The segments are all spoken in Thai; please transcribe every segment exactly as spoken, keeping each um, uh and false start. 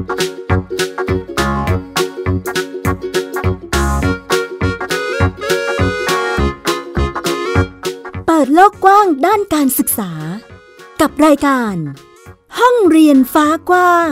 เปิดโลกกว้างด้านการศึกษากับรายการห้องเรียนฟ้ากว้าง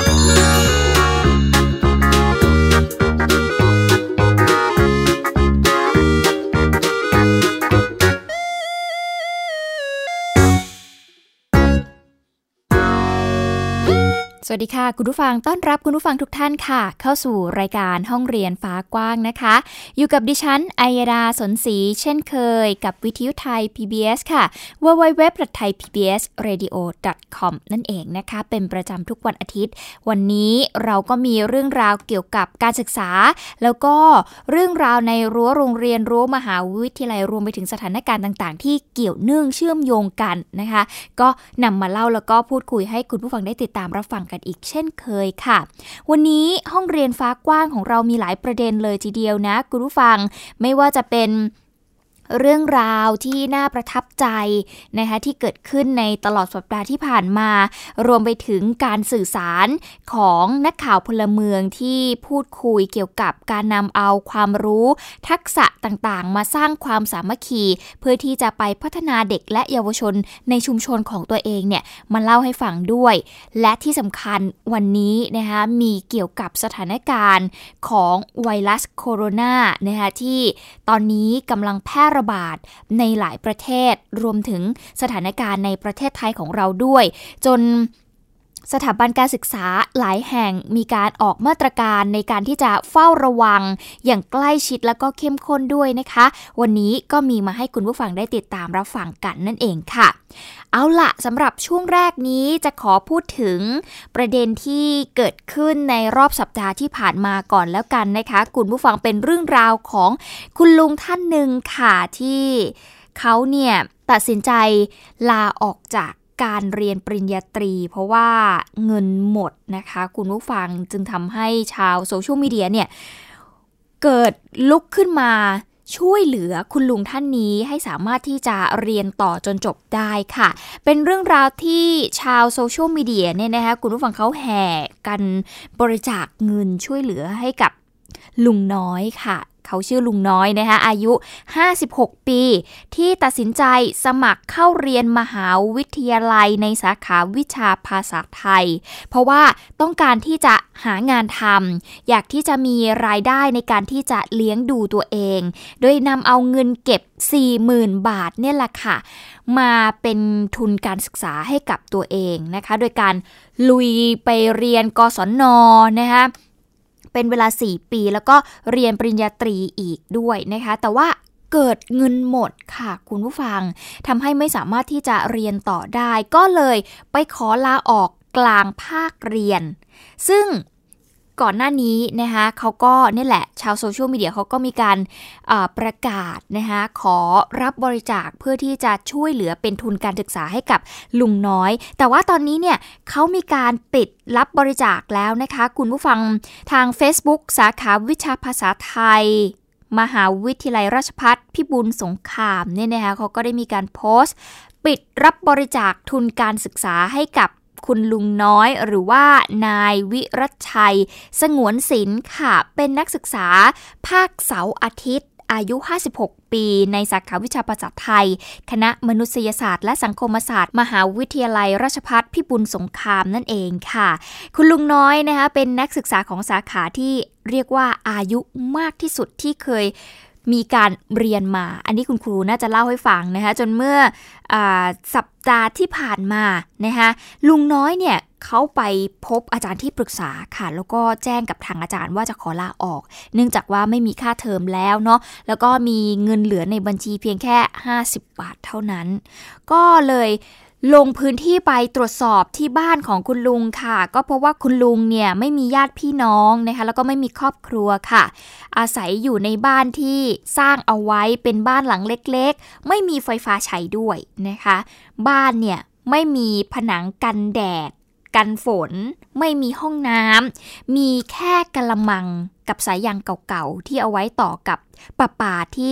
สวัสดีค่ะคุณผู้ฟังต้อนรับคุณผู้ฟังทุกท่านค่ะเข้าสู่รายการห้องเรียนฟ้ากว้างนะคะอยู่กับดิฉันอัยดาสนศรีเช่นเคยกับวิทยุไทย พี บี เอส ค่ะ ดับเบิลยู ดับเบิลยู ดับเบิลยู ดอท ไทย พี บี เอส เรดิโอ ดอท คอม นั่นเองนะคะเป็นประจำทุกวันอาทิตย์วันนี้เราก็มีเรื่องราวเกี่ยวกับการศึกษาแล้วก็เรื่องราวในรั้วโรงเรียนรั้วมหาวิทยาลัยรวมไปถึงสถานการณ์ต่างๆที่เกี่ยวเนื่องเชื่อมโยงกันนะคะก็นำมาเล่าแล้วก็พูดคุยให้คุณผู้ฟังได้ติดตามรับฟังกันอีกเช่นเคยค่ะวันนี้ห้องเรียนฟ้ากว้างของเรามีหลายประเด็นเลยทีเดียวนะคุณผู้ฟังไม่ว่าจะเป็นเรื่องราวที่น่าประทับใจนะคะที่เกิดขึ้นในตลอดสัปดาห์ที่ผ่านมารวมไปถึงการสื่อสารของนักข่าวพลเมืองที่พูดคุยเกี่ยวกับการนำเอาความรู้ทักษะต่างๆมาสร้างความสามัคคีเพื่อที่จะไปพัฒนาเด็กและเยาวชนในชุมชนของตัวเองเนี่ยมาเล่าให้ฟังด้วยและที่สำคัญวันนี้นะคะมีเกี่ยวกับสถานการณ์ของไวรัสโคโรนานะคะที่ตอนนี้กำลังแพร่ระบาดในหลายประเทศรวมถึงสถานการณ์ในประเทศไทยของเราด้วยจนสถาบันการศึกษาหลายแห่งมีการออกมาตรการในการที่จะเฝ้าระวังอย่างใกล้ชิดแล้วก็เข้มข้นด้วยนะคะวันนี้ก็มีมาให้คุณผู้ฟังได้ติดตามรับฟังกันนั่นเองค่ะเอาล่ะสำหรับช่วงแรกนี้จะขอพูดถึงประเด็นที่เกิดขึ้นในรอบสัปดาห์ที่ผ่านมาก่อนแล้วกันนะคะคุณผู้ฟังเป็นเรื่องราวของคุณลุงท่านหนึ่งค่ะที่เขาเนี่ยตัดสินใจลาออกจากการเรียนปริญญาตรีเพราะว่าเงินหมดนะคะคุณผู้ฟังจึงทำให้ชาวโซเชียลมีเดียเนี่ยเกิดลุกขึ้นมาช่วยเหลือคุณลุงท่านนี้ให้สามารถที่จะเรียนต่อจนจบได้ค่ะเป็นเรื่องราวที่ชาวโซเชียลมีเดียเนี่ยนะคะคุณผู้ฟังเขาแห่กันบริจาคเงินช่วยเหลือให้กับลุงน้อยค่ะเขาชื่อลุงน้อยนะคะอายุห้าสิบหกปีที่ตัดสินใจสมัครเข้าเรียนมหาวิทยาลัยในสาขาวิชาภาษาไทยเพราะว่าต้องการที่จะหางานทำอยากที่จะมีรายได้ในการที่จะเลี้ยงดูตัวเองโดยนำเอาเงินเก็บ สี่หมื่น บาทเนี่ยแหละค่ะมาเป็นทุนการศึกษาให้กับตัวเองนะคะโดยการลุยไปเรียนกศน.นะคะเป็นเวลาสี่ปีแล้วก็เรียนปริญญาตรีอีกด้วยนะคะแต่ว่าเกิดเงินหมดค่ะคุณผู้ฟังทำให้ไม่สามารถที่จะเรียนต่อได้ก็เลยไปขอลาออกกลางภาคเรียนซึ่งก่อนหน้านี้นะคะเขาก็นี่แหละชาวโซเชียลมีเดียเขาก็มีการประกาศนะคะขอรับบริจาคเพื่อที่จะช่วยเหลือเป็นทุนการศึกษาให้กับลุงน้อยแต่ว่าตอนนี้เนี่ยเขามีการปิดรับบริจาคแล้วนะคะคุณผู้ฟังทาง Facebook สาขาวิชาภาษาไทยมหาวิทยาลัยราชภัฏพิบูลสงครามเนี่ยนะคะเขาก็ได้มีการโพสต์ปิดรับบริจาคทุนการศึกษาให้กับคุณลุงน้อยหรือว่านายวิรัชชัยสงวนศิลป์ค่ะเป็นนักศึกษาภาคเสาร์อาทิตย์อายุห้าสิบหกปีในสาขาวิชาภาษาไทยคณะมนุษยศาสตร์และสังคมศาสตร์มหาวิทยาลัยราชภัฏพิบูลสงครามนั่นเองค่ะคุณลุงน้อยนะคะเป็นนักศึกษาของสาขาที่เรียกว่าอายุมากที่สุดที่เคยมีการเรียนมาอันนี้คุณครูน่าจะเล่าให้ฟังนะคะจนเมื่ออาสัปดาห์ที่ผ่านมานะคะลุงน้อยเนี่ยเขาไปพบอาจารย์ที่ปรึกษาค่ะแล้วก็แจ้งกับทางอาจารย์ว่าจะขอลาออกเนื่องจากว่าไม่มีค่าเทอมแล้วเนาะแล้วก็มีเงินเหลือในบัญชีเพียงแค่ห้าสิบบาทเท่านั้นก็เลยลงพื้นที่ไปตรวจสอบที่บ้านของคุณลุงค่ะก็เพราะว่าคุณลุงเนี่ยไม่มีญาติพี่น้องนะคะแล้วก็ไม่มีครอบครัวค่ะอาศัยอยู่ในบ้านที่สร้างเอาไว้เป็นบ้านหลังเล็กๆไม่มีไฟฟ้าใช้ด้วยนะคะบ้านเนี่ยไม่มีผนังกันแดดกันฝนไม่มีห้องน้ำมีแค่กะละมังกับสายยางเก่าๆที่เอาไว้ต่อกับประปาที่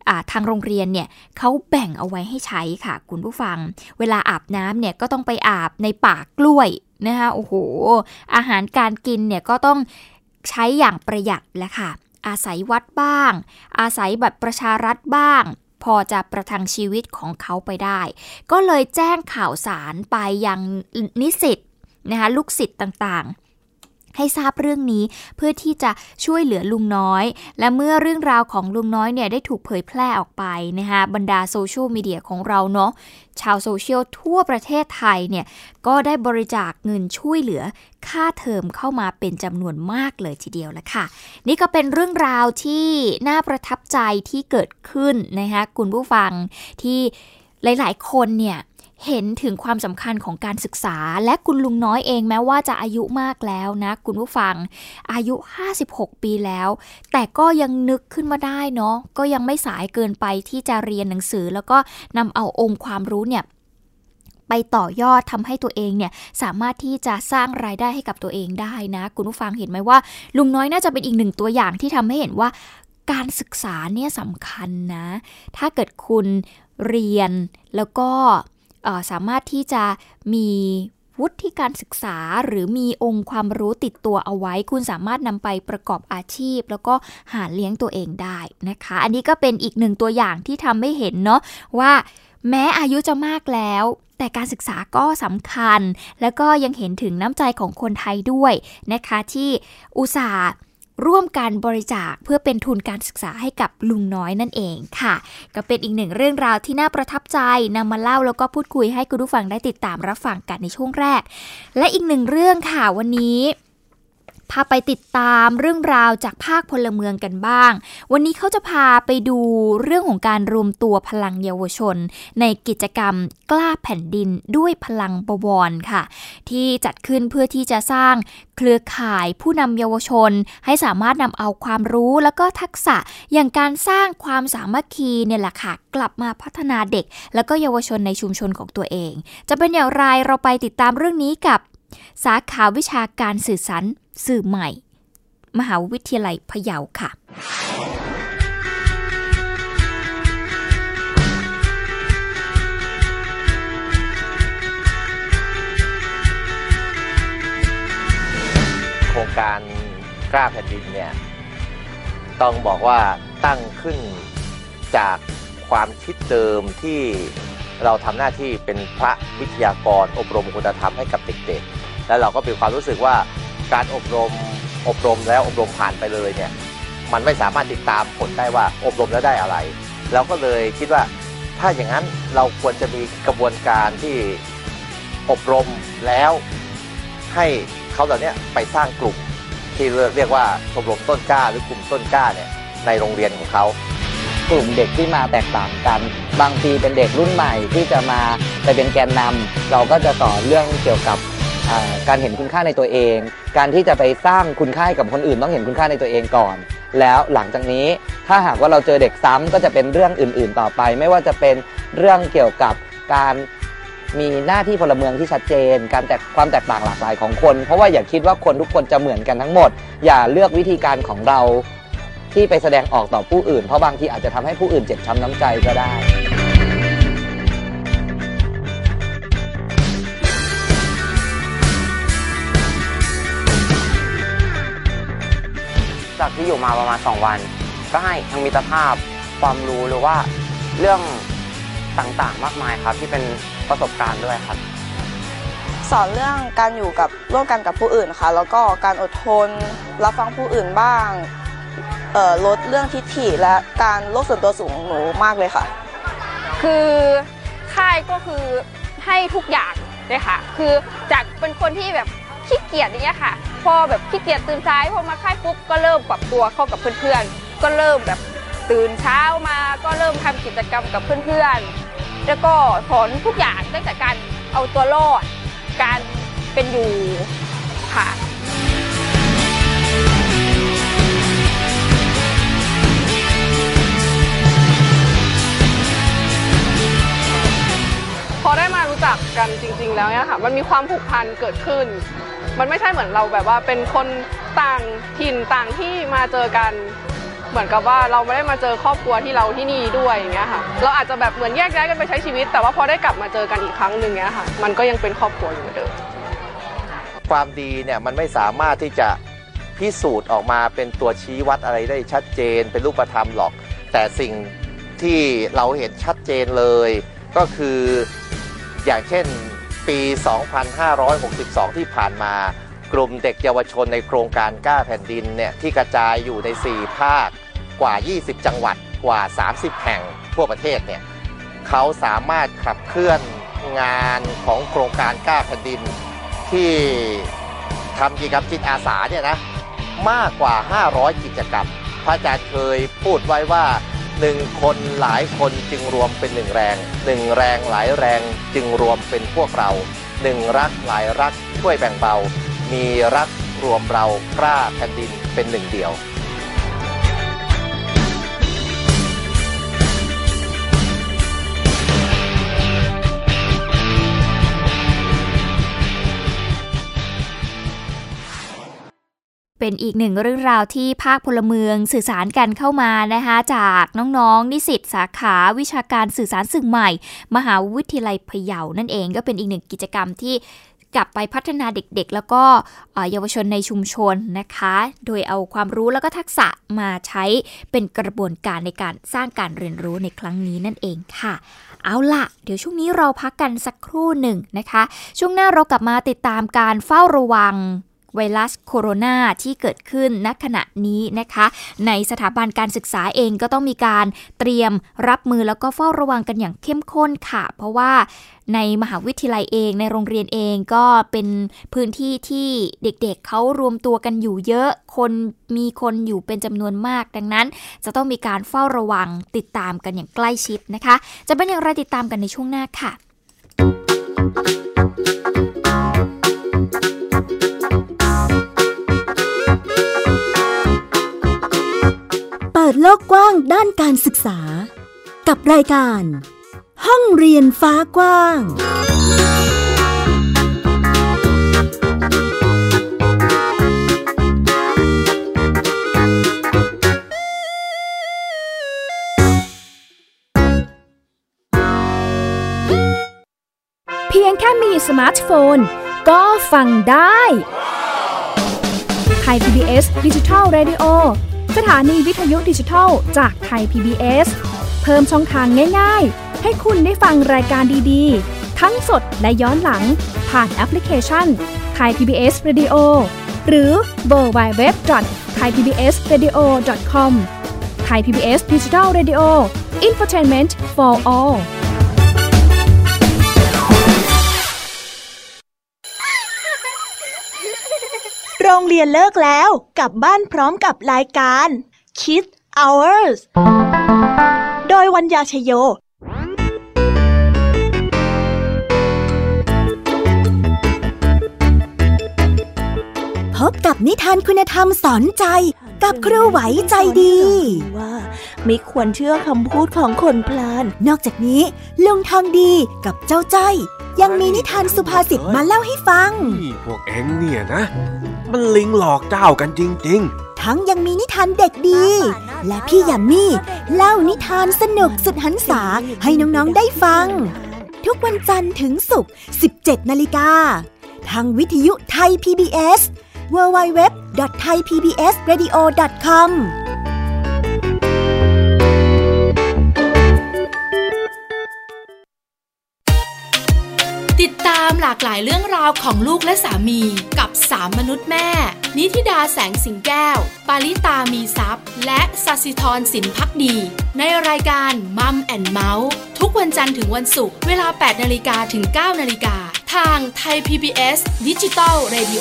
ทางโรงเรียนเนี่ยเขาแบ่งเอาไว้ให้ใช้ค่ะคุณผู้ฟังเวลาอาบน้ำเนี่ยก็ต้องไปอาบในป่ากล้วยนะคะโอ้โหอาหารการกินเนี่ยก็ต้องใช้อย่างประหยัดแหละค่ะอาศัยวัดบ้างอาศัยแบบประชารัฐบ้างพอจะประทังชีวิตของเขาไปได้ก็เลยแจ้งข่าวสารไปยังนิสิตนะคะลูกศิษย์ต่างๆให้ทราบเรื่องนี้เพื่อที่จะช่วยเหลือลุงน้อยและเมื่อเรื่องราวของลุงน้อยเนี่ยได้ถูกเผยแพร่ออกไปนะคะบรรดาโซเชียลมีเดียของเราเนาะชาวโซเชียลทั่วประเทศไทยเนี่ยก็ได้บริจาคเงินช่วยเหลือค่าเทอมเข้ามาเป็นจำนวนมากเลยทีเดียวละค่ะนี่ก็เป็นเรื่องราวที่น่าประทับใจที่เกิดขึ้นนะคะคุณผู้ฟังที่หลายๆคนเนี่ยเห็นถึงความสำคัญของการศึกษาและคุณลุงน้อยเองแม้ว่าจะอายุมากแล้วนะคุณผู้ฟังอายุห้าสิบหกปีแล้วแต่ก็ยังนึกขึ้นมาได้เนาะก็ยังไม่สายเกินไปที่จะเรียนหนังสือแล้วก็นำเอาองค์ความรู้เนี่ยไปต่อยอดทำให้ตัวเองเนี่ยสามารถที่จะสร้างรายได้ให้กับตัวเองได้นะคุณผู้ฟังเห็นไหมว่าลุงน้อยน่าจะเป็นอีกหนึ่งตัวอย่างที่ทำให้เห็นว่าการศึกษาเนี่ยสำคัญนะถ้าเกิดคุณเรียนแล้วก็สามารถที่จะมีวุฒิการศึกษาหรือมีองค์ความรู้ติดตัวเอาไว้คุณสามารถนำไปประกอบอาชีพแล้วก็หาเลี้ยงตัวเองได้นะคะอันนี้ก็เป็นอีกหนึ่งตัวอย่างที่ทำให้เห็นเนาะว่าแม้อายุจะมากแล้วแต่การศึกษาก็สำคัญแล้วก็ยังเห็นถึงน้ำใจของคนไทยด้วยนะคะที่อุตส่าห์ร่วมกันบริจาคเพื่อเป็นทุนการศึกษาให้กับลุงน้อยนั่นเองค่ะก็เป็นอีกหนึ่งเรื่องราวที่น่าประทับใจนำมาเล่าแล้วก็พูดคุยให้คุณผู้ฟังได้ติดตามรับฟังกันในช่วงแรกและอีกหนึ่งเรื่องค่ะวันนี้พาไปติดตามเรื่องราวจากภาคพลเมืองกันบ้างวันนี้เขาจะพาไปดูเรื่องของการรวมตัวพลังเยาวชนในกิจกรรมกล้าแผ่นดินด้วยพลังบวรค่ะที่จัดขึ้นเพื่อที่จะสร้างเครือข่ายผู้นำเยาวชนให้สามารถนำเอาความรู้แล้วก็ทักษะอย่างการสร้างความสามัคคีเนี่ยแหละค่ะกลับมาพัฒนาเด็กแล้วก็เยาวชนในชุมชนของตัวเองจะเป็นอย่างไรเราไปติดตามเรื่องนี้กับสาขาวิชาการสื่อสารสื่อใหม่มหาวิทยาลัยพะเยาค่ะโครงการกล้าแผ่นดินเนี่ยต้องบอกว่าตั้งขึ้นจากความคิดเดิมที่เราทำหน้าที่เป็นพระวิทยากรอบรมคุณธรรมให้กับเด็กๆแล้วเราก็มีความรู้สึกว่าการอบรมอบรมแล้วอบรมผ่านไปเลยเนี่ยมันไม่สามารถติดตามผลได้ว่าอบรมแล้วได้อะไรเราก็เลยคิดว่าถ้าอย่างนั้นเราควรจะมีกระบวนการที่อบรมแล้วให้เขาเหล่านี้ไปสร้างกลุ่มที่เรียกว่าชมรมต้นกล้าหรือกลุ่มต้นกล้าเนี่ยในโรงเรียนของเขากลุ่มเด็กที่มาแตกต่างกันบางทีเป็นเด็กรุ่นใหม่ที่จะมาไปเป็นแกนนำเราก็จะสอนเรื่องเกี่ยวกับการเห็นคุณค่าในตัวเองการที่จะไปสร้างคุณค่าให้กับคนอื่นต้องเห็นคุณค่าในตัวเองก่อนแล้วหลังจากนี้ถ้าหากว่าเราเจอเด็กซ้ำก็จะเป็นเรื่องอื่นๆต่อไปไม่ว่าจะเป็นเรื่องเกี่ยวกับการมีหน้าที่พลเมืองที่ชัดเจนการแตกความแตกต่างหลากหลายของคนเพราะว่าอย่าคิดว่าคนทุกคนจะเหมือนกันทั้งหมดอย่าเลือกวิธีการของเราที่ไปแสดงออกต่อผู้อื่นเพราะบางทีอาจจะทำให้ผู้อื่นเจ็บช้ำน้ำใจก็ได้จากที่อยู่มาประมาณสองวันก็ให้ทั้งมิตรภาพความรู้หรือว่าเรื่องต่างๆมากมายครับที่เป็นประสบการณ์ด้วยครับสอนเรื่องการอยู่กับร่วมกันกับผู้อื่นค่ะแล้วก็การอดทนรับฟังผู้อื่นบ้างเอ่อลดเรื่องทิฐิและการโลกส่วนตัวสูงของหนูมากเลยค่ะคือค่ายก็คือให้ทุกอย่างเลยค่ะคือจากเป็นคนที่แบบขี้เกียจอย่างเงี้ยค่ะพอแบบขี้เกียจตื่นสายพอมาค่ายปุ๊บก็เริ่มปรับตัวเข้ากับเพื่อนๆก็เริ่มแบบตื่นเช้ามาก็เริ่มทำกิจกรรมกับเพื่อนๆแล้วก็สอนทุกอย่างตั้งแต่การเอาตัวรอดการเป็นอยู่ค่ะพอได้มารู้จักกันจริงๆแล้วเนี่ยค่ะมันมีความผูกพันเกิดขึ้นมันไม่ใช่เหมือนเราแบบว่าเป็นคนต่างถิ่นต่างที่มาเจอกันเหมือนกับว่าเราไม่ได้มาเจอครอบครัวที่เราที่นี่ด้วยอย่างเงี้ยค่ะเราอาจจะแบบเหมือนแยกย้ายกันไปใช้ชีวิตแต่ว่าพอได้กลับมาเจอกันอีกครั้งนึงเงี้ยค่ะมันก็ยังเป็นครอบครัวอยู่เหมือนเดิมความดีเนี่ยมันไม่สามารถที่จะพิสูจน์ออกมาเป็นตัวชี้วัดอะไรได้ชัดเจนเป็นรูปธรรมหรอกแต่สิ่งที่เราเห็นชัดเจนเลยก็คืออย่างเช่นปี สองพันห้าร้อยหกสิบสอง ที่ผ่านมากลุ่มเด็กเยาวชนในโครงการกล้าแผ่นดินเนี่ยที่กระจายอยู่ในสี่ภาคกว่ายี่สิบจังหวัดกว่าสามสิบแห่งทั่วประเทศเนี่ยเขาสามารถขับเคลื่อนงานของโครงการกล้าแผ่นดินที่ทำกิจกรรมจิตอาสาเนี่ยนะมากกว่าห้าร้อยกิจกรรมพระอาจารย์เคยพูดไว้ว่าหนึ่งคนหลายคนจึงรวมเป็นหนึ่งแรงหนึ่งแรงหลายแรงจึงรวมเป็นพวกเราหนึ่งรักหลายรักช่วยแบ่งเบามีรักรวมเรากล้าแผ่นดินเป็นหนึ่งเดียวเป็นอีกหนึ่งเรื่องราวที่ภาคพลเมืองสื่อสารกันเข้ามานะคะจากน้องๆนิสิตสาขาวิชาการสื่อสารสื่อใหม่มหาวิทยาลัยพะเยานั่นเองก็เป็นอีกหนึ่งกิจกรรมที่กลับไปพัฒนาเด็กๆแล้วก็เยาวชนในชุมชนนะคะโดยเอาความรู้แล้วก็ทักษะมาใช้เป็นกระบวนการในการสร้างการเรียนรู้ในครั้งนี้นั่นเองค่ะเอาล่ะเดี๋ยวช่วงนี้เราพักกันสักครู่หนึ่งนะคะช่วงหน้าเรากลับมาติดตามการเฝ้าระวังไวรัสโคโรนาที่เกิดขึ้นณขณะนี้นะคะในสถาบันการศึกษาเองก็ต้องมีการเตรียมรับมือแล้วก็เฝ้าระวังกันอย่างเข้มข้นค่ะเพราะว่าในมหาวิทยาลัยเองในโรงเรียนเองก็เป็นพื้นที่ที่เด็กๆ เ, เขารวมตัวกันอยู่เยอะคนมีคนอยู่เป็นจำนวนมากดังนั้นจะต้องมีการเฝ้าระวังติดตามกันอย่างใกล้ชิดนะคะจะเป็นอย่างไรติดตามกันในช่วงหน้าค่ะเปิดโลกกว้างด้านการศึกษากับรายการห้องเรียนฟ้ากว้างเพียงแค่มีสมาร์ทโฟนก็ฟังได้ไทย พี บี เอส Digital Radio สถานีวิทยุดิจิทัลจากไทย พี บี เอส เพิ่มช่องทางง่ายๆให้คุณได้ฟังรายการดีๆทั้งสดและย้อนหลังผ่านแอปพลิเคชัน Thai พี บี เอส Radio หรือ ดับเบิลยู ดับเบิลยู ดับเบิลยู ดอท ไทยพีบีเอสเรดิโอ ดอท คอม Thai พี บี เอส Digital Radio Infotainment for all โรงเรียนเลิกแล้วกลับบ้านพร้อมกับรายการ Kids Hours โดยวัญญาชโยพบกับนิทานคุณธรรมสอนใจกับครูไหวใจดีว่าไม่ควรเชื่อคำพูดของคนพลานนอกจากนี้ลุงทองดีกับเจ้าจ้อยยังมีนิทานสุภาษิตมาเล่าให้ฟังนี่พวกเอ็งเนี่ยนะมันลิงหลอกเจ้ากันจริงๆทั้งยังมีนิทานเด็กดีและพี่ยามีเล่านิทานสนุกสุดหรรษาให้น้องๆได้ฟังทุกวันจันทร์ถึงศุกร์ สิบเจ็ดนาฬิกาทางวิทยุไทย พี บี เอส ดับเบิลยู ดับเบิลยู ดับเบิลยู ดอท ไทยพีบีเอสเรดิโอ ดอท คอมติดตามหลากหลายเรื่องราวของลูกและสามีกับสามมนุษย์แม่นิธิดาแสงสิงแก้วปาริตามีทรัพย์และศศิธรสินภักดีในรายการมัมแอนด์เมาส์ทุกวันจันทร์ถึงวันศุกร์เวลา แปดนาฬิกา ถึง เก้านาฬิกาทางไทย พี บี เอส Digital Radio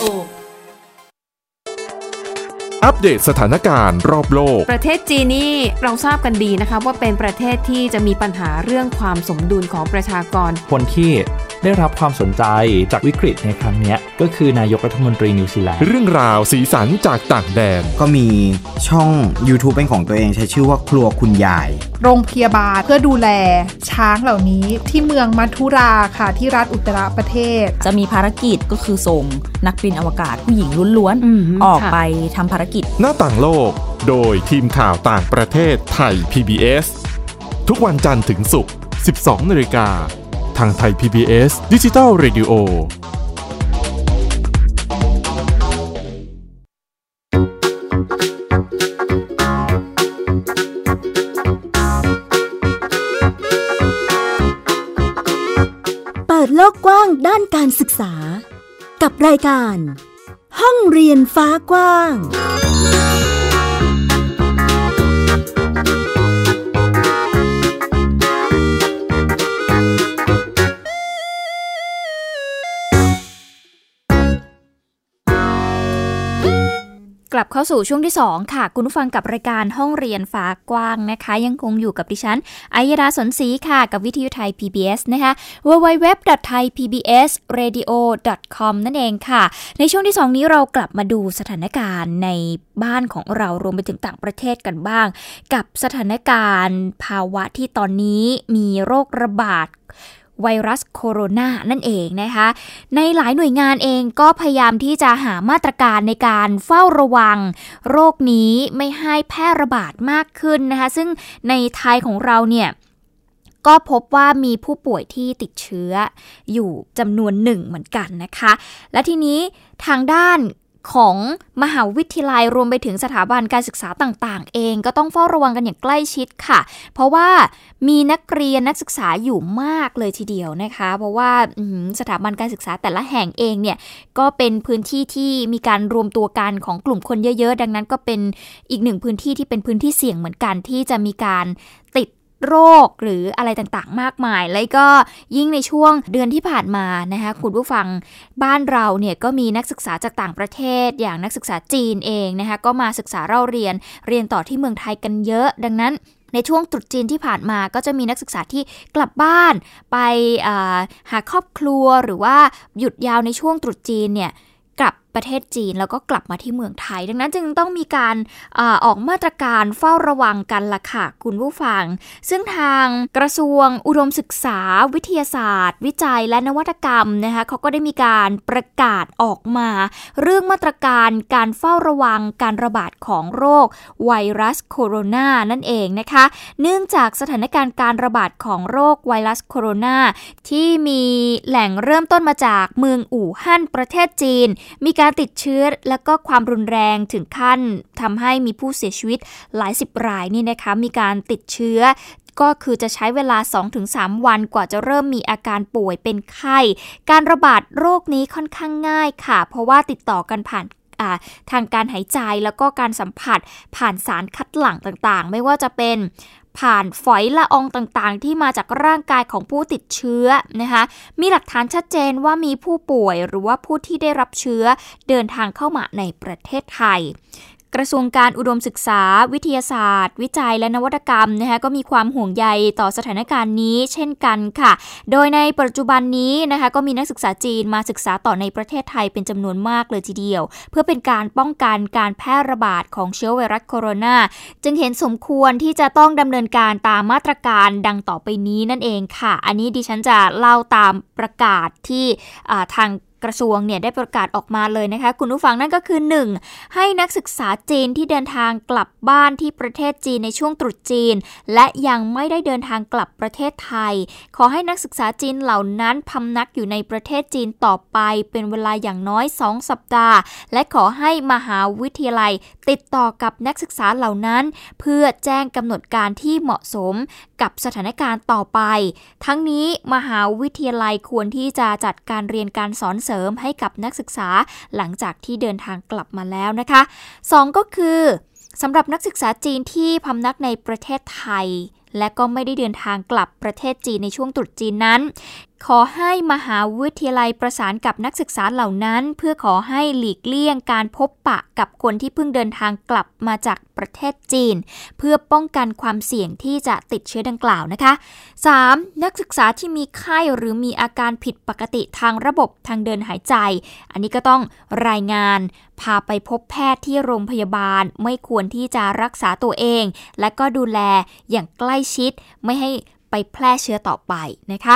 อัปเดตสถานการณ์รอบโลกประเทศจีนนี่เราทราบกันดีนะคะว่าเป็นประเทศที่จะมีปัญหาเรื่องความสมดุลของประชากรคนที่ได้รับความสนใจจากวิกฤตในครั้งนี้ก็คือนายกรัฐมนตรีนิวซีแลนด์เรื่องราวสีสันจากต่างแดนก็มีช่อง YouTube เป็นของตัวเองใช้ชื่อว่าครัวคุณยายโรงพยาบาลเพื่อดูแลช้างเหล่านี้ที่เมืองมัทุราค่ะที่รัฐอุตตรประเทศจะมีภารกิจก็คือส่งนักบินอวกาศผู้หญิงล้วนๆออกไปทำภารกิจกิจหน้าต่างโลกโดยทีมข่าวต่างประเทศไทย พี บี เอส ทุกวันจันทร์ถึงศุกร์ สิบสองนาฬิกา ทางไทย พี บี เอส Digital Radio เปิดโลกกว้างด้านการศึกษากับรายการห้องเรียนฟ้ากว้างกลับเข้าสู่ช่วงที่สองค่ะคุณผู้ฟังกับรายการห้องเรียนฟ้ากว้างนะคะยังคงอยู่กับดิฉันอัยดาสนศรีค่ะกับวิทยุไทย พี บี เอส นะคะ ดับเบิลยู ดับเบิลยู ดับเบิลยู ดอท ไทย พี บี เอส เรดิโอ ดอท คอม นั่นเองค่ะในช่วงที่สองนี้เรากลับมาดูสถานการณ์ในบ้านของเรารวมไปถึงต่างประเทศกันบ้างกับสถานการณ์ภาวะที่ตอนนี้มีโรคระบาดไวรัสโคโรนานั่นเองนะคะในหลายหน่วยงานเองก็พยายามที่จะหามาตรการในการเฝ้าระวังโรคนี้ไม่ให้แพร่ระบาดมากขึ้นนะคะซึ่งในไทยของเราเนี่ยก็พบว่ามีผู้ป่วยที่ติดเชื้ออยู่จำนวนหนึ่งเหมือนกันนะคะและทีนี้ทางด้านของมหาวิทยาลัยรวมไปถึงสถาบันการศึกษาต่างๆเองก็ต้องเฝ้าระวังกันอย่างใกล้ชิดค่ะเพราะว่ามีนักเรียนนักศึกษาอยู่มากเลยทีเดียวนะคะเพราะว่าสถาบันการศึกษาแต่ละแห่งเองเนี่ยก็เป็นพื้นที่ที่มีการรวมตัวกันของกลุ่มคนเยอะๆดังนั้นก็เป็นอีกหนึ่งพื้นที่ที่เป็นพื้นที่เสี่ยงเหมือนกันที่จะมีการติดโรคหรืออะไรต่างๆมากมายแล้วก็ยิ่งในช่วงเดือนที่ผ่านมานะคะคุณผู้ฟังบ้านเราเนี่ยก็มีนักศึกษาจากต่างประเทศอย่างนักศึกษาจีนเองนะคะก็มาศึกษาเล่าเรียนเรียนต่อที่เมืองไทยกันเยอะดังนั้นในช่วงตรุษจีนที่ผ่านมาก็จะมีนักศึกษาที่กลับบ้านไปหาครอบครัวหรือว่าหยุดยาวในช่วงตรุษจีนเนี่ยกลับประเทศจีนแล้วก็กลับมาที่เมืองไทยดังนั้นจึงต้องมีการเอ่อออกมาตรการเฝ้าระวังกันล่ะค่ะคุณผู้ฟังซึ่งทางกระทรวงอุดมศึกษาวิทยาศาสตร์วิจัยและนวัตกรรมนะคะเขาก็ได้มีการประกาศออกมาเรื่องมาตรการการเฝ้าระวังการระบาดของโรคไวรัสโคโรนานั่นเองนะคะเนื่องจากสถานการณ์การระบาดของโรคไวรัสโคโรนาที่มีแหล่งเริ่มต้นมาจากเมืองอู่ฮั่นประเทศจีนมีการติดเชื้อแล้วก็ความรุนแรงถึงขั้นทำให้มีผู้เสียชีวิตหลายสิบรายนี่นะคะมีการติดเชื้อก็คือจะใช้เวลา สองถึงสาม วันกว่าจะเริ่มมีอาการป่วยเป็นไข้การระบาดโรคนี้ค่อนข้างง่ายค่ะเพราะว่าติดต่อกันผ่านทางการหายใจแล้วก็การสัมผัสผ่านสารคัดหลั่งต่างๆไม่ว่าจะเป็นผ่านฝอยละอองต่างๆที่มาจากร่างกายของผู้ติดเชื้อนะคะมีหลักฐานชัดเจนว่ามีผู้ป่วยหรือว่าผู้ที่ได้รับเชื้อเดินทางเข้ามาในประเทศไทยกระทรวงการอุดมศึกษาวิทยาศาสตร์วิจัยและนวัตกรรมนะคะก็มีความห่วงใยต่อสถานการณ์นี้เช่นกันค่ะโดยในปัจจุบันนี้นะคะก็มีนักศึกษาจีนมาศึกษาต่อในประเทศไทยเป็นจำนวนมากเลยทีเดียวเพื่อเป็นการป้องกันการแพร่ระบาดของเชื้อไวรัสโคโรนาจึงเห็นสมควรที่จะต้องดำเนินการตามมาตรการดังต่อไปนี้นั่นเองค่ะอันนี้ดิฉันจะเล่าตามประกาศที่ทางกระทรวงเนี่ยได้ประกาศออกมาเลยนะคะคุณผู้ฟังนั่นก็คือหนึ่งให้นักศึกษาจีนที่เดินทางกลับบ้านที่ประเทศจีนในช่วงตรุษจีนและยังไม่ได้เดินทางกลับประเทศไทยขอให้นักศึกษาจีนเหล่านั้นพำนักอยู่ในประเทศจีนต่อไปเป็นเวลาอย่างน้อยสองสัปดาห์และขอให้มหาวิทยาลัยติดต่อกับนักศึกษาเหล่านั้นเพื่อแจ้งกำหนดการที่เหมาะสมกับสถานการณ์ต่อไปทั้งนี้มหาวิทยาลัยควรที่จะจัดการเรียนการสอนเสริมให้กับนักศึกษาหลังจากที่เดินทางกลับมาแล้วนะคะสองก็คือสำหรับนักศึกษาจีนที่พำนักในประเทศไทยและก็ไม่ได้เดินทางกลับประเทศจีนในช่วงตรุษจีนนั้นขอให้มหาวิทยาลัยประสานกับนักศึกษาเหล่านั้นเพื่อขอให้หลีกเลี่ยงการพบปะกับคนที่เพิ่งเดินทางกลับมาจากประเทศจีนเพื่อป้องกันความเสี่ยงที่จะติดเชื้อดังกล่าวนะคะสามนักศึกษาที่มีไข้หรือมีอาการผิดปกติทางระบบทางเดินหายใจอันนี้ก็ต้องรายงานพาไปพบแพทย์ที่โรงพยาบาลไม่ควรที่จะรักษาตัวเองและก็ดูแลอย่างใกล้ชิดไม่ให้ไปแพร่เชื้อต่อไปนะคะ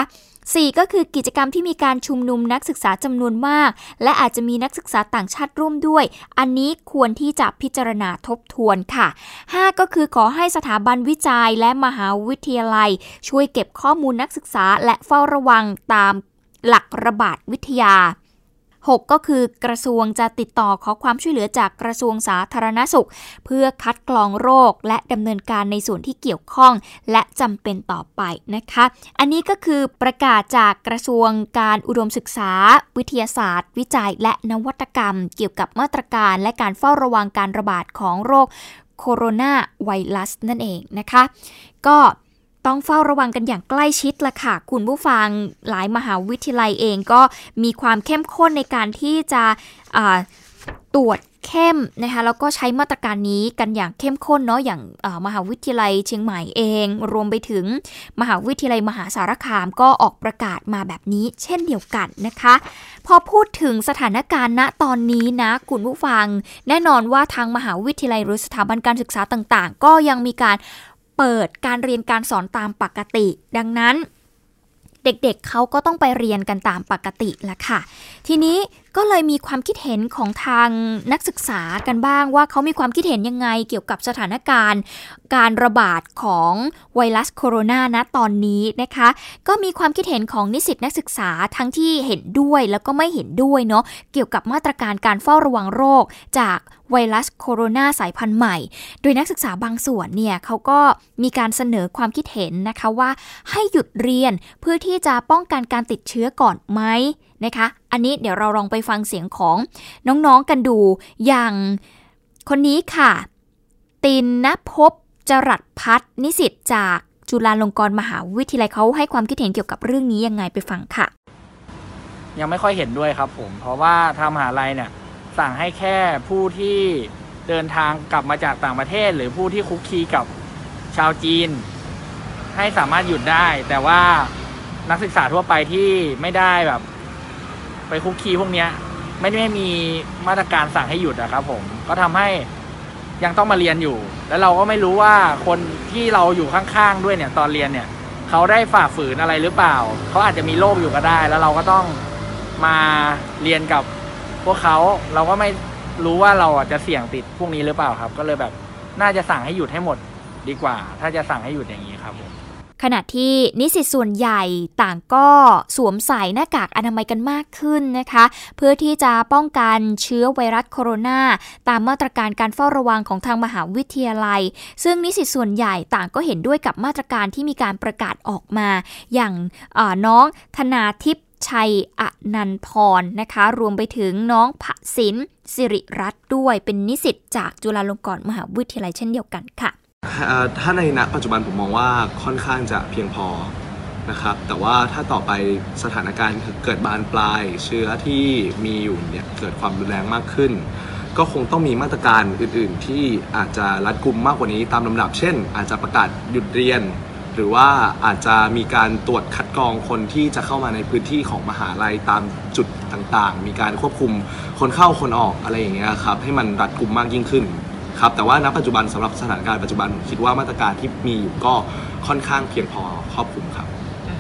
สี่ก็คือกิจกรรมที่มีการชุมนุมนักศึกษาจำนวนมากและอาจจะมีนักศึกษาต่างชาติร่วมด้วยอันนี้ควรที่จะพิจารณาทบทวนค่ะห้าก็คือขอให้สถาบันวิจัยและมหาวิทยาลัยช่วยเก็บข้อมูลนักศึกษาและเฝ้าระวังตามหลักระบาดวิทยาหกก็คือกระทรวงจะติดต่อขอความช่วยเหลือจากกระทรวงสาธารณสุขเพื่อคัดกรองโรคและดำเนินการในส่วนที่เกี่ยวข้องและจำเป็นต่อไปนะคะอันนี้ก็คือประกาศจากกระทรวงการอุดมศึกษาวิทยาศาสตร์วิจัยและนวัตกรรมเกี่ยวกับมาตรการและการเฝ้าระวังการระบาดของโรคโคโรนาไวรัสนั่นเองนะคะก็ต้องเฝ้าระวังกันอย่างใกล้ชิดละค่ะคุณผู้ฟังหลายมหาวิทยาลัยเองก็มีความเข้มข้นในการที่จะตรวจเข้มนะคะแล้วก็ใช้มาตรการนี้กันอย่างเข้มข้นเนาะอย่างมหาวิทยาลัยเชียงใหม่เองรวมไปถึงมหาวิทยาลัยมหาสารคามก็ออกประกาศมาแบบนี้เช่นเดียวกันนะคะพอพูดถึงสถานการณ์ณตอนนี้นะคุณผู้ฟังแน่นอนว่าทางมหาวิทยาลัยหรือสถาบันการศึกษาต่างๆก็ยังมีการเปิดการเรียนการสอนตามปกติดังนั้นเด็กๆ เ, เขาก็ต้องไปเรียนกันตามปกติละค่ะทีนี้ก็เลยมีความคิดเห็นของทางนักศึกษากันบ้างว่าเขามีความคิดเห็นยังไงเกี่ยวกับสถานการณ์การระบาดของไวรัสโคโรนาณตอนนี้นะคะก็มีความคิดเห็นของนิสิตนักศึกษาทั้งที่เห็นด้วยแล้วก็ไม่เห็นด้วยเนาะเกี่ยวกับมาตรการการเฝ้าระวังโรคจากไวรัสโคโรนาสายพันธุ์ใหม่โดยนักศึกษาบางส่วนเนี่ยเขาก็มีการเสนอความคิดเห็นนะคะว่าให้หยุดเรียนเพื่อที่จะป้องกันการติดเชื้อก่อนไหมนะคะอันนี้เดี๋ยวเราลองไปฟังเสียงของน้องๆกันดูอย่างคนนี้ค่ะตินณภพจรัสพัฒน์นิสิตจากจุฬาลงกรณ์มหาวิทยาลัยเขาให้ความคิดเห็นเกี่ยวกับเรื่องนี้ยังไงไปฟังค่ะยังไม่ค่อยเห็นด้วยครับผมเพราะว่าทางมหาลัยเนี่ยสั่งให้แค่ผู้ที่เดินทางกลับมาจากต่างประเทศหรือผู้ที่คุกคีกับชาวจีนให้สามารถหยุดได้แต่ว่านักศึกษาทั่วไปที่ไม่ได้แบบไปคุกคีพวกนี้ไม่ได้มีมาตรการสั่งให้หยุดอะครับผมก็ทำให้ยังต้องมาเรียนอยู่แล้วเราก็ไม่รู้ว่าคนที่เราอยู่ข้างๆด้วยเนี่ยตอนเรียนเนี่ยเขาได้ฝ่าฝืนอะไรหรือเปล่าเขาอาจจะมีโรคอยู่ก็ได้แล้วเราก็ต้องมาเรียนกับพวกเขาเราก็ไม่รู้ว่าเราจะเสี่ยงติดพวกนี้หรือเปล่าครับก็เลยแบบน่าจะสั่งให้หยุดให้หมดดีกว่าถ้าจะสั่งให้หยุดอย่างนี้ครับผมขณะที่นิสิตส่วนใหญ่ต่างก็สวมใส่หน้ากากอนามัยกันมากขึ้นนะคะเพื่อที่จะป้องกันเชื้อไวรัสโคโรนาตามมาตรการการเฝ้าระวังของทางมหาวิทยาลัยซึ่งนิสิตส่วนใหญ่ต่างก็เห็นด้วยกับมาตรการที่มีการประกาศออกมาอย่างน้องธนาทิพย์ชัยอนันต์พรนะคะรวมไปถึงน้องผศินสิริรัตน์ด้วยเป็นนิสิตจากจุฬาลงกรณ์มหาวิทยาลัยเช่นเดียวกันค่ะถ้าในณปัจจุบันผมมองว่าค่อนข้างจะเพียงพอนะครับแต่ว่าถ้าต่อไปสถานการณ์เกิดบานปลายเชื้อที่มีอยู่เนี่ยเกิดความรุนแรงมากขึ้นก็คงต้องมีมาตรการอื่นๆที่อาจจะรัดกุมมากกว่านี้ตามลำดับเช่นอาจจะประกาศหยุดเรียนหรือว่าอาจจะมีการตรวจคัดกรองคนที่จะเข้ามาในพื้นที่ของมหาลัยตามจุดต่างๆมีการควบคุมคนเข้าคนออกอะไรอย่างเงี้ยครับให้มันรัดกุมมากยิ่งขึ้นครับแต่ว่าณปัจจุบันสำหรับสถานการณ์ปัจจุบันคิดว่ามาตรการที่มีอยู่ก็ค่อนข้างเพียงพอครอบคลุมครับ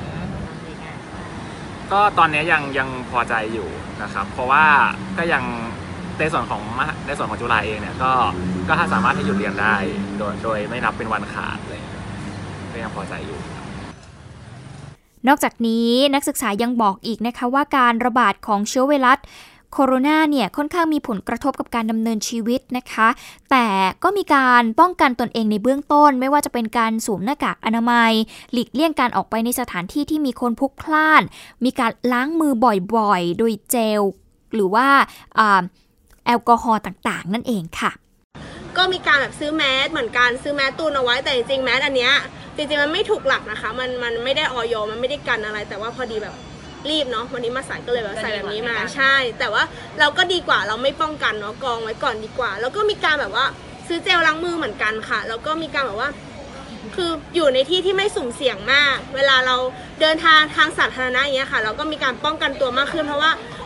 ก็ตอนนี้ยังยังพอใจอยู่นะครับเพราะว่าก็ยังในส่วนของในส่วนของจุฬาเองเนี่ยก็ก็ถ้าสามารถให้หยุดเรียนได้โดยโดยไม่นับเป็นวันขาดเลยก็ยังพอใจอยู่นอกจากนี้นักศึกษายังบอกอีกนะคะว่าการระบาดของเชื้อไวรัสโคโรนาเนี่ยค่อนข้างมีผลกระทบกับการดำเนินชีวิตนะคะแต่ก็มีการป้องกันตนเองในเบื้องต้นไม่ว่าจะเป็นการสวมหน้ากากอนามัยหลีกเลี่ยงการออกไปในสถานที่ที่มีคนพลุกพล่านมีการล้างมือบ่อยๆโดยเจลหรือว่าแอลกอฮอล์ต่างๆนั่นเองค่ะก็มีการแบบซื้อแมสเหมือนกันซื้อแมสตูนเอาไว้แต่จริงๆแมสอันเนี้ยจริงๆมันไม่ถูกหลักนะคะมันมันไม่ได้ออยมันไม่ได้กันอะไรแต่ว่าพอดีแบบรีบเนาะวันนี้มาใส่ก็เลยแบบใส่แบบนี้มาใช่แต่ว่าเราก็ดีกว่าเราไม่ป้องกันเนาะกองไว้ก่อนดีกว่าแล้วก็มีการแบบว่าซื้อเจลล้างมือเหมือนกันค่ะแล้วก็มีการแบบว่าคืออยู่ในที่ที่ไม่สุ่มเสี่ยงมากเวลาเราเดินทางทางสาธารณะอย่างเงี้ยค่ะเราก็มีการป้องกันตัวมากขึ้นเพราะว่า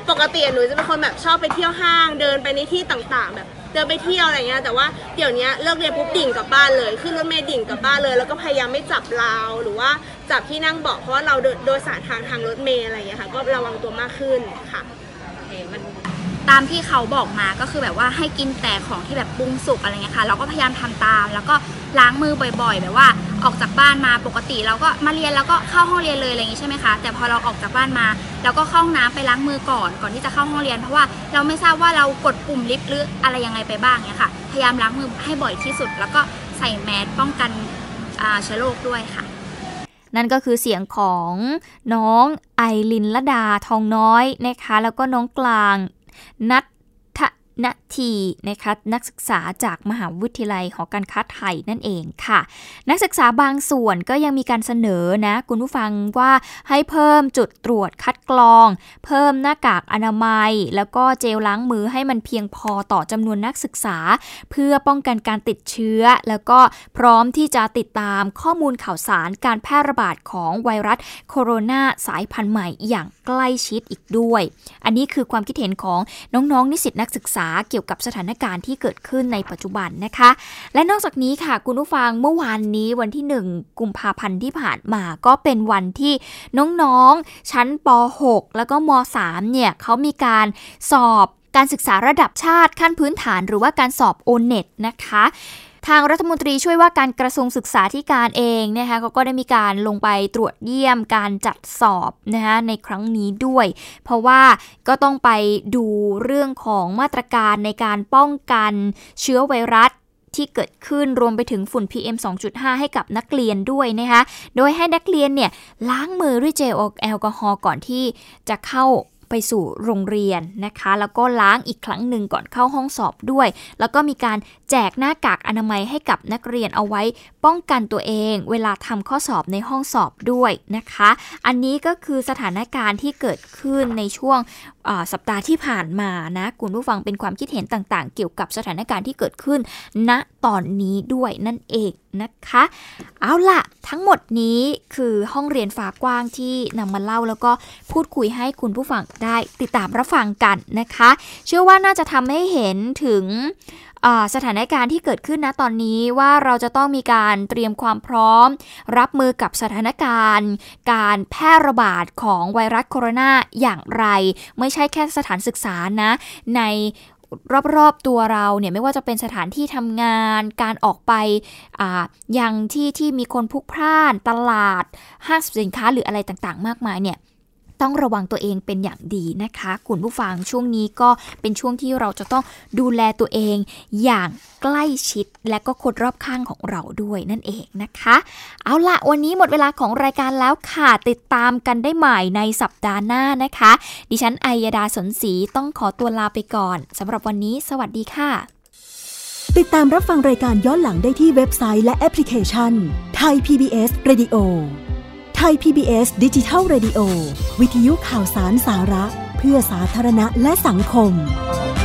ปกติหนูจะเป็นคนแบบชอบไปเที่ยวห้างเดินไปในที่ต่างๆแบบเดินไปเที่ยวอะไรเงี้ยแต่ว่าเดี๋ยวนี้เลิกเรียนปุ๊บดิ่งกลับบ้านเลยขึ้นรถเมล์ดิ่งกลับบ้านเลยแล้วก็พยายามไม่จับราวหรือว่าจับที่นั่งเบาะเพราะว่าเราโดยสารทางทางรถเมล์อะไรเงี้ยค่ะก็ระวังตัวมากขึ้นค่ะโอเคมันตามที่เขาบอกมาก็คือแบบว่าให้กินแต่ของที่แบบปรุงสุกอะไรเงี้ยค่ะเราก็พยายามทำตามแล้วก็ล้างมือบ่อยๆแบบว่าออกจากบ้านมาปกติเราก็มาเรียนแล้วก็เข้าห้องเรียนเลยอะไรอย่างงี้ใช่ไหมคะแต่พอเราออกจากบ้านมาเราก็เข้าห้องน้ำไปล้างมือก่อนก่อนที่จะเข้าห้องเรียนเพราะว่าเราไม่ทราบว่าเรากดปุ่มลิฟต์หรืออะไรยังไงไปบ้างเนี่ยค่ะพยายามล้างมือให้บ่อยที่สุดแล้วก็ใส่แมสป้องกันเชื้อโรคด้วยค่ะนั่นก็คือเสียงของน้องไอรินลดาทองน้อยนะคะแล้วก็น้องกลางนัทนาทีนะคะนักศึกษาจากมหาวิทยาลัยหอการค้าไทยนั่นเองค่ะนักศึกษาบางส่วนก็ยังมีการเสนอนะคุณผู้ฟังว่าให้เพิ่มจุดตรวจคัดกรองเพิ่มหน้ากากอนามัยแล้วก็เจลล้างมือให้มันเพียงพอต่อจำนวนนักศึกษาเพื่อป้องกันการติดเชื้อแล้วก็พร้อมที่จะติดตามข้อมูลข่าวสารการแพร่ระบาดของไวรัสโคโรนาสายพันธุ์ใหม่อย่างใกล้ชิดอีกด้วยอันนี้คือความคิดเห็นของน้องๆนิสิตนักศึกษาเกี่ยวกับสถานการณ์ที่เกิดขึ้นในปัจจุบันนะคะและนอกจากนี้ค่ะคุณผู้ฟังเมื่อวานนี้วันที่หนึ่งกุมภาพันธ์ที่ผ่านมาก็เป็นวันที่น้องๆชั้นป หก แล้วก็ม สามเนี่ยเขามีการสอบการศึกษาระดับชาติขั้นพื้นฐานหรือว่าการสอบ โอ เน็ต นะคะทางรัฐมนตรีช่วยว่าการกระทรวงศึกษาธิการเองนะคะเขาก็ได้มีการลงไปตรวจเยี่ยมการจัดสอบนะคะในครั้งนี้ด้วยเพราะว่าก็ต้องไปดูเรื่องของมาตรการในการป้องกันเชื้อไวรัสที่เกิดขึ้นรวมไปถึงฝุ่น พี เอ็ม สองจุดห้า ให้กับนักเรียนด้วยนะคะโดยให้นักเรียนเนี่ยล้างมือด้วยเจลแอลกอฮอล์ก่อนที่จะเข้าไปสู่โรงเรียนนะคะแล้วก็ล้างอีกครั้งหนึ่งก่อนเข้าห้องสอบด้วยแล้วก็มีการแจกหน้ากากอนามัยให้กับนักเรียนเอาไว้ป้องกันตัวเองเวลาทำข้อสอบในห้องสอบด้วยนะคะอันนี้ก็คือสถานการณ์ที่เกิดขึ้นในช่วงสัปดาห์ที่ผ่านมานะคุณผู้ฟังเป็นความคิดเห็นต่างๆเกี่ยวกับสถานการณ์ที่เกิดขึ้นณตอนนี้ด้วยนั่นเองนะคะเอาล่ะทั้งหมดนี้คือห้องเรียนฟ้ากว้างที่นำมาเล่าแล้วก็พูดคุยให้คุณผู้ฟังได้ติดตามรับฟังกันนะคะเชื่อว่าน่าจะทำให้เห็นถึงสถานการณ์ที่เกิดขึ้นณตอนนี้ว่าเราจะต้องมีการเตรียมความพร้อมรับมือกับสถานการณ์การแพร่ระบาดของไวรัสโคโรนาอย่างไรไม่ใช่แค่สถานศึกษานะในรอบๆตัวเราเนี่ยไม่ว่าจะเป็นสถานที่ทำงานการออกไปอ่ายังที่ที่มีคนพลุกพล่านตลาดห้างสินค้าหรืออะไรต่างๆมากมายเนี่ยต้องระวังตัวเองเป็นอย่างดีนะคะคุณผู้ฟังช่วงนี้ก็เป็นช่วงที่เราจะต้องดูแลตัวเองอย่างใกล้ชิดและก็คนรอบข้างของเราด้วยนั่นเองนะคะเอาละวันนี้หมดเวลาของรายการแล้วค่ะติดตามกันได้ใหม่ในสัปดาห์หน้านะคะดิฉันอัยดาสนศรีต้องขอตัวลาไปก่อนสำหรับวันนี้สวัสดีค่ะติดตามรับฟังรายการย้อนหลังได้ที่เว็บไซต์และแอปพลิเคชัน Thai พี บี เอส Radioไทย พี บี เอส Digital Radio วิทยุข่าวสารสาระเพื่อสาธารณะและสังคม